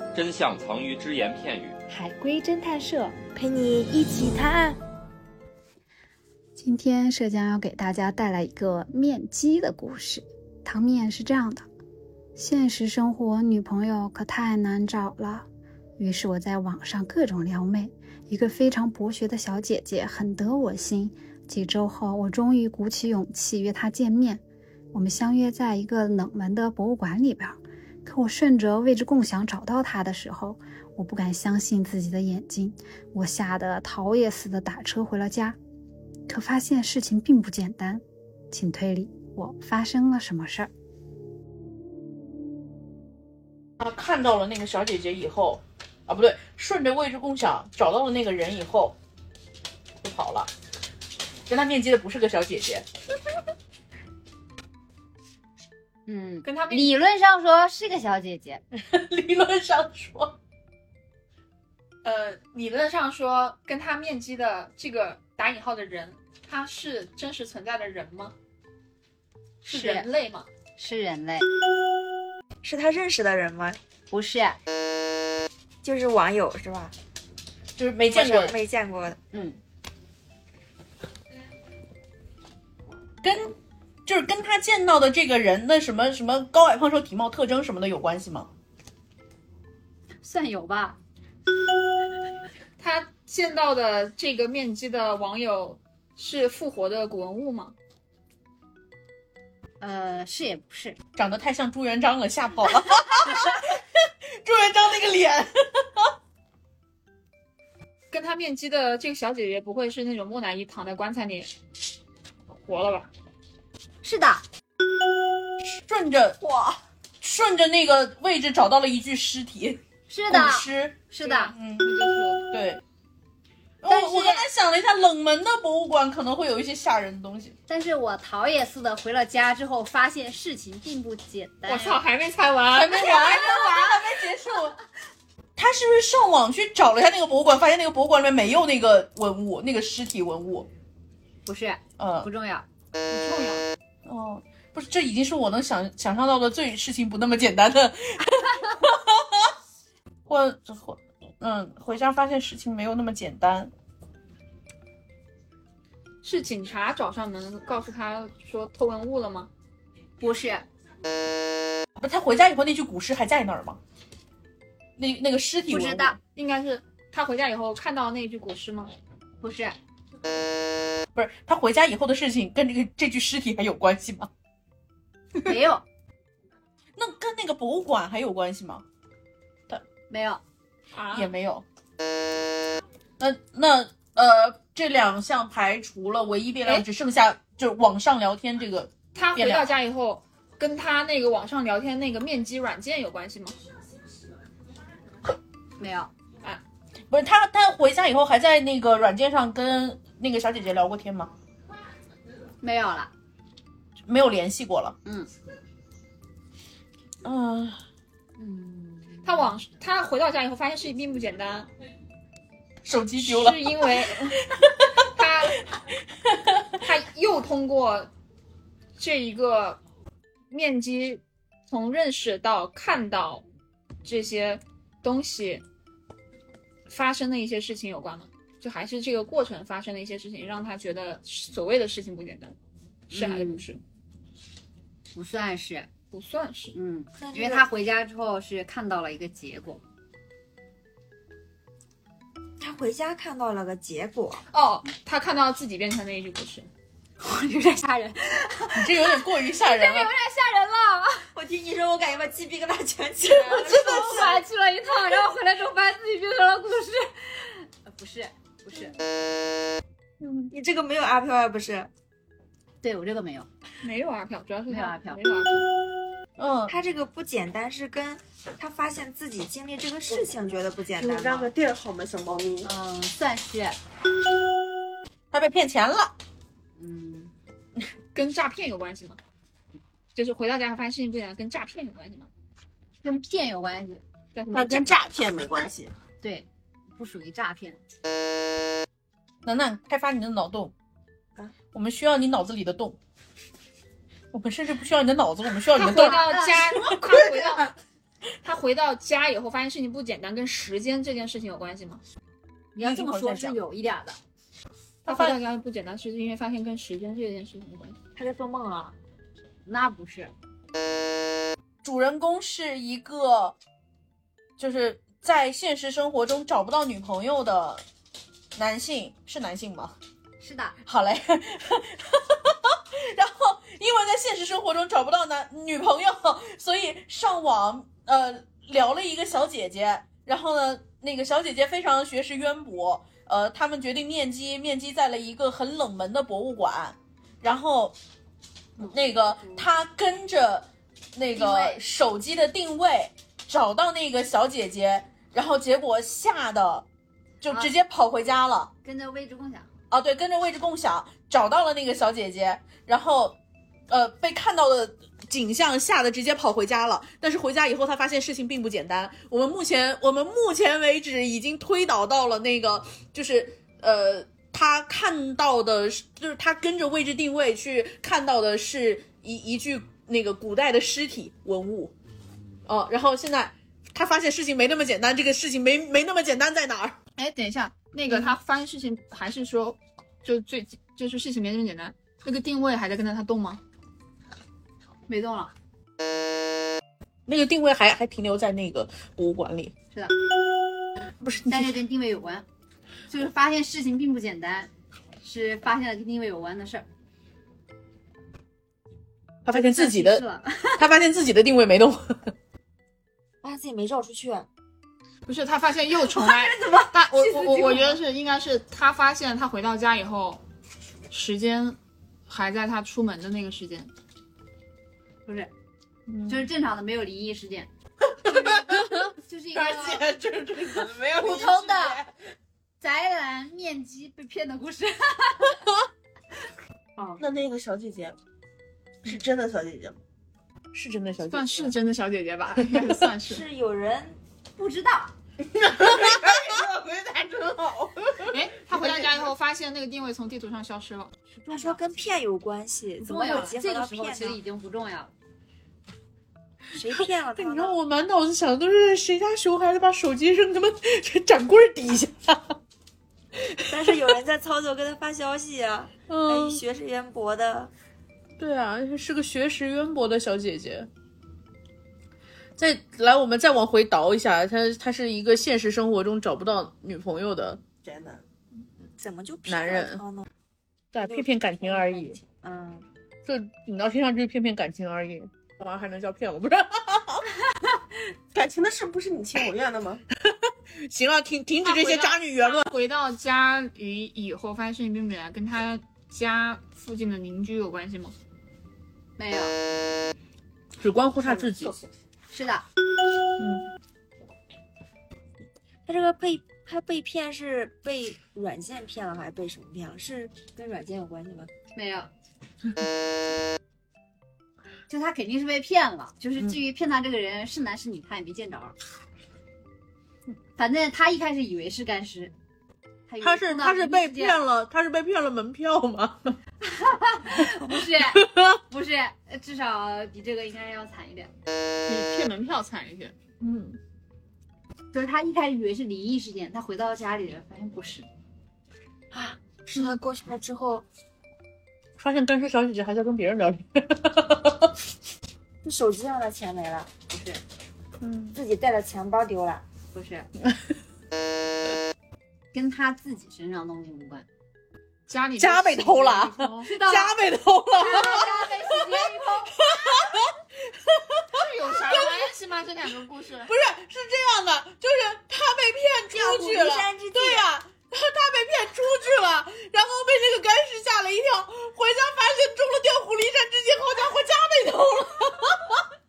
真相藏于只言片语。 海龟侦探社陪你一起探案。 今天社将要给大家带来一个面基的故事。汤面是这样的：现实生活女朋友可太难找了，于是我在网上各种撩妹。一个非常博学的小姐姐很得我心，几周后我终于鼓起勇气约她见面。我们相约在一个冷门的博物馆里边，可我顺着位置共享找到她的时候，我不敢相信自己的眼睛，我吓得逃也似的打车回了家。可发现事情并不简单，请推理我发生了什么事儿。 他看到了那个小姐姐以后，啊不对，顺着位置共享找到了那个人以后就跑了。跟他面基的不是个小姐姐。 跟他理论上说是个小姐姐。 理论上说理论上说跟他面基的这个打引号的人，他是真实存在的人吗？是人类吗？ 是人类。 是他认识的人吗？ 不是， 就是网友是吧？ 就是没见过的。 没见过的。 跟他见到的这个人的什么高矮胖瘦体貌特征什么的有关系吗？ 算有吧。 他见到的这个面基的网友是复活的古文物吗？ 是也不是。 长得太像朱元璋了，吓跑了。朱元璋那个脸。 跟他面基的这个小姐姐不会是那种木乃伊躺在棺材里活了吧？ 是的。 顺着那个位置找到了一具尸体。 是的。 是的。 对。我刚才想了一下，冷门的博物馆可能会有一些吓人的东西。 但是我逃也似的回了家之后，发现事情并不简单。 我操，还没猜完， 还没结束。他是不是上网去找了一下那个博物馆，发现那个博物馆里面没有那个文物，那个尸体文物？ 不是，不重要， 不重要。 哦，不是，这已经是我能想象到的事情不那么简单的。回家发现事情没有那么简单。 是警察找上门告诉他说偷文物了吗？ 不是。 不，他回家以后那具古尸还在那儿吗？那个尸体不知道， 应该是他回家以后看到那具古尸吗？ 不是。 不是，他回家以后的事情跟这具尸体还有关系吗？ 没有。 那跟那个博物馆还有关系吗？ 没有。 也没有。这两项排除了，唯一变量只剩下就是网上聊天这个。 他回到家以后跟他那个网上聊天那个面基软件有关系吗？ 没有。 不是，他回家以后还在那个软件上跟那个小姐姐聊过天吗？ 没有了。 没有联系过了。 他回到家以后发现事情并不简单， 手机丢了， 是因为他又通过这一个面基，从认识到看到这些东西发生的一些事情有关吗？就还是这个过程发生的一些事情让他觉得所谓的事情不简单，是还是不是？ 不算是。 不算是。 因为他回家之后是看到了一个结果。 他回家看到了个结果。 他看到自己变成那一具古尸。 有点吓人。 你这有点过于吓人了。 这个有点吓人了。 我听你说，我感觉把鸡皮疙瘩全起来了。 我真的是玩去了一趟，然后回来之后发现自己变成了古尸。不是。 你这个没有阿飘啊？不是。 对，我这个没有。 没有阿飘，主要是没有阿飘。 他这个不简单是跟他发现自己经历这个事情觉得不简单吗？ 就让个店好吗，小猫咪？ 算是。 他被骗钱了。 跟诈骗有关系吗？就是回到家发现事情不简单，跟诈骗有关系吗？ 跟骗有关系。 那跟诈骗没关系。 对，不属于诈骗。 楠楠，开发你的脑洞。我们需要你脑子里的洞。我们甚至不需要你的脑子，我们需要你的洞。 他回到家，他回到家以后发现事情不简单，跟时间这件事情有关系吗？ 你要这么说，是有一点的。 他回到家不简单，是因为发现跟时间这件事情有关系。 他在做梦啊？ 那不是， 主人公是一个就是在现实生活中找不到女朋友的男性，是男性吗？ 是的。 好嘞。然后因为在现实生活中找不到女朋友，所以上网聊了一个小姐姐，然后呢那个小姐姐非常学识渊博，他们决定面基在了一个很冷门的博物馆，然后那个他跟着那个手机的定位找到那个小姐姐，然后结果吓得就直接跑回家了。 跟着位置共享。 哦，对，跟着位置共享找到了那个小姐姐，然后被看到的景象吓得直接跑回家了。但是回家以后他发现事情并不简单。我们目前为止已经推导到了那个就是他看到的就是他跟着位置定位去看到的是一具那个古代的尸体文物。然后现在他发现事情没那么简单，这个事情没那么简单在哪儿？ 哎，等一下，那个他发现事情还是说就是事情没那么简单，那个定位还在跟着他动吗？ 没动了。 那个定位还停留在那个博物馆里。 是的。 不是， 但是跟定位有关，就是发现事情并不简单，是发现了跟定位有关的事儿。 他发现自己的定位没动。 发现自己没照出去。 不是，他发现又重来。我觉得应该是他发现他回到家以后，时间还在他出门的那个时间。 不是，就是正常的没有离异事件。就是一个普通的宅男面基被骗的故事。 那个小姐姐是真的小姐姐吗？ 是真的小姐姐， 算是真的小姐姐吧，应该是算是。 是有人不知道。 回答真好。 哎，他回到家以后发现那个定位从地图上消失了。 他说跟骗有关系，怎么有结合这到骗呢？ 个时候其实已经不重要了。 谁骗了他呢？ 你知道我满脑子想的都是谁家熊孩子把手机扔他们展柜底下。 但是有人在操作，跟他发消息啊。哎，学识渊博的。 对啊，是个学识渊博的小姐姐。我们再往回倒一下，她是一个现实生活中找不到女朋友的宅男， 怎么就男人呢？ 对，骗感情而已。这顶到天上就是骗感情而已，干嘛还能叫骗？我不知道。 感情的事不是你情我愿的吗？ 行了，停止这些渣女言论。 回到家里以后发现事情并不简单，跟他家附近的邻居有关系吗？ 没有， 只关乎他自己。 是的。 他这个被骗是被软件骗了还是被什么骗了？是跟软件有关系吗？ 没有。就他肯定是被骗了，就是至于骗他这个人是男是女他也没见着。反正他一开始以为是干尸。 他是被骗了，他是被骗了门票吗？ 不是，至少比这个应该要惨一点。 比骗门票惨一点。 就是他一开始以为是离异事件，他回到家里了，发现不是。 是他过去了之后， 发现干尸小姐姐还在跟别人聊天。 是手机上的钱没了？ 不是。 自己带的钱包丢了？ 不是。跟他自己身上东西无关。 家被偷了，家被偷了， 家被洗劫一空。 这有啥关系吗？这两个故事不是这样的，就是他被骗出去了，对呀，他被骗出去了，然后被那个干尸吓了一跳，回家发现中了调虎离山之计，好家伙，家被偷了。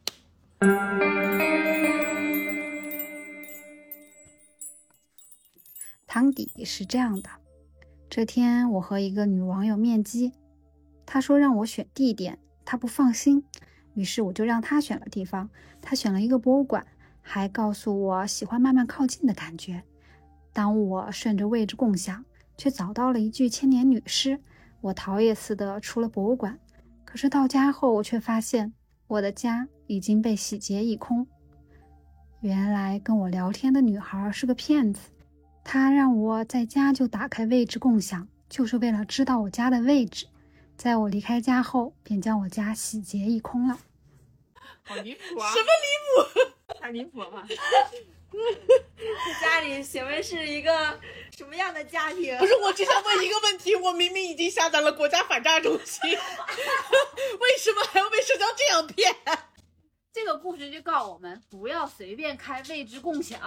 汤底是这样的，这天我和一个女网友面基，她说让我选地点，她不放心，于是我就让她选了地方，她选了一个博物馆，还告诉我喜欢慢慢靠近的感觉。当我顺着位置共享，却找到了一具千年女尸，我逃也似的出了博物馆，可是到家后我却发现我的家已经被洗劫一空。 原来跟我聊天的女孩是个骗子，她让我在家就打开位置共享，就是为了知道我家的位置，在我离开家后便将我家洗劫一空了。 好离谱啊！ 什么离谱？ 太离谱了吧！ 这家里请问是一个什么样的家庭？ 不是，我只想问一个问题，我明明已经下载了国家反诈中心，为什么还要被社交这样骗？ 这个故事就告诉我们，不要随便开位置共享。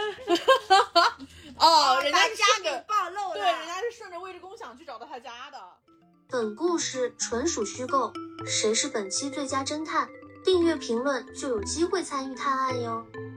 哦，人家是家给顺着暴露了。 对，人家是顺着位置共享去找到他家的。 本故事纯属虚构，谁是本期最佳侦探？订阅评论就有机会参与探案哟。